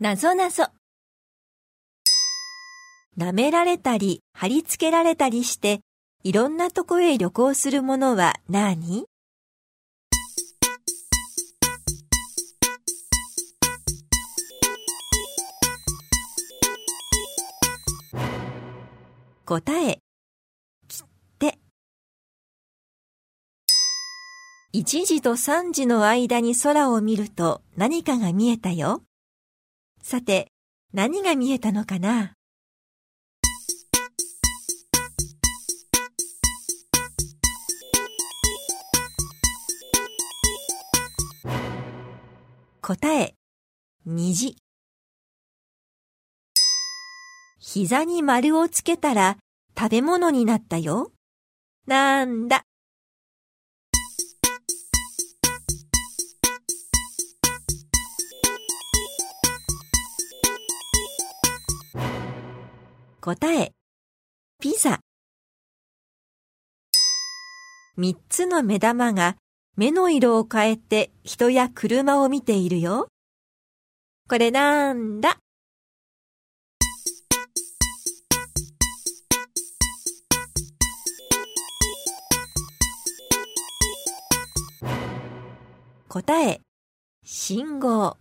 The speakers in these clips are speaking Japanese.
なぞなぞ。舐められたり貼り付けられたりしていろんなとこへ旅行するものは何？答え、切手。1時と3時の間に空を見ると何かが見えたよ。さて、何が見えたのかな？答え、虹。膝に丸をつけたら食べ物になったよ。なんだ？答え、ピザ。3つの目玉が目の色を変えて人や車を見ているよ。これなんだ？答え、信号。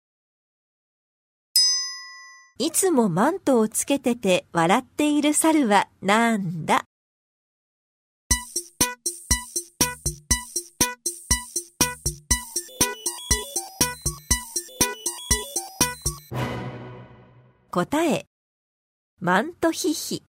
いつもマントをつけてて笑っている猿はなんだ？答え、マントヒヒ。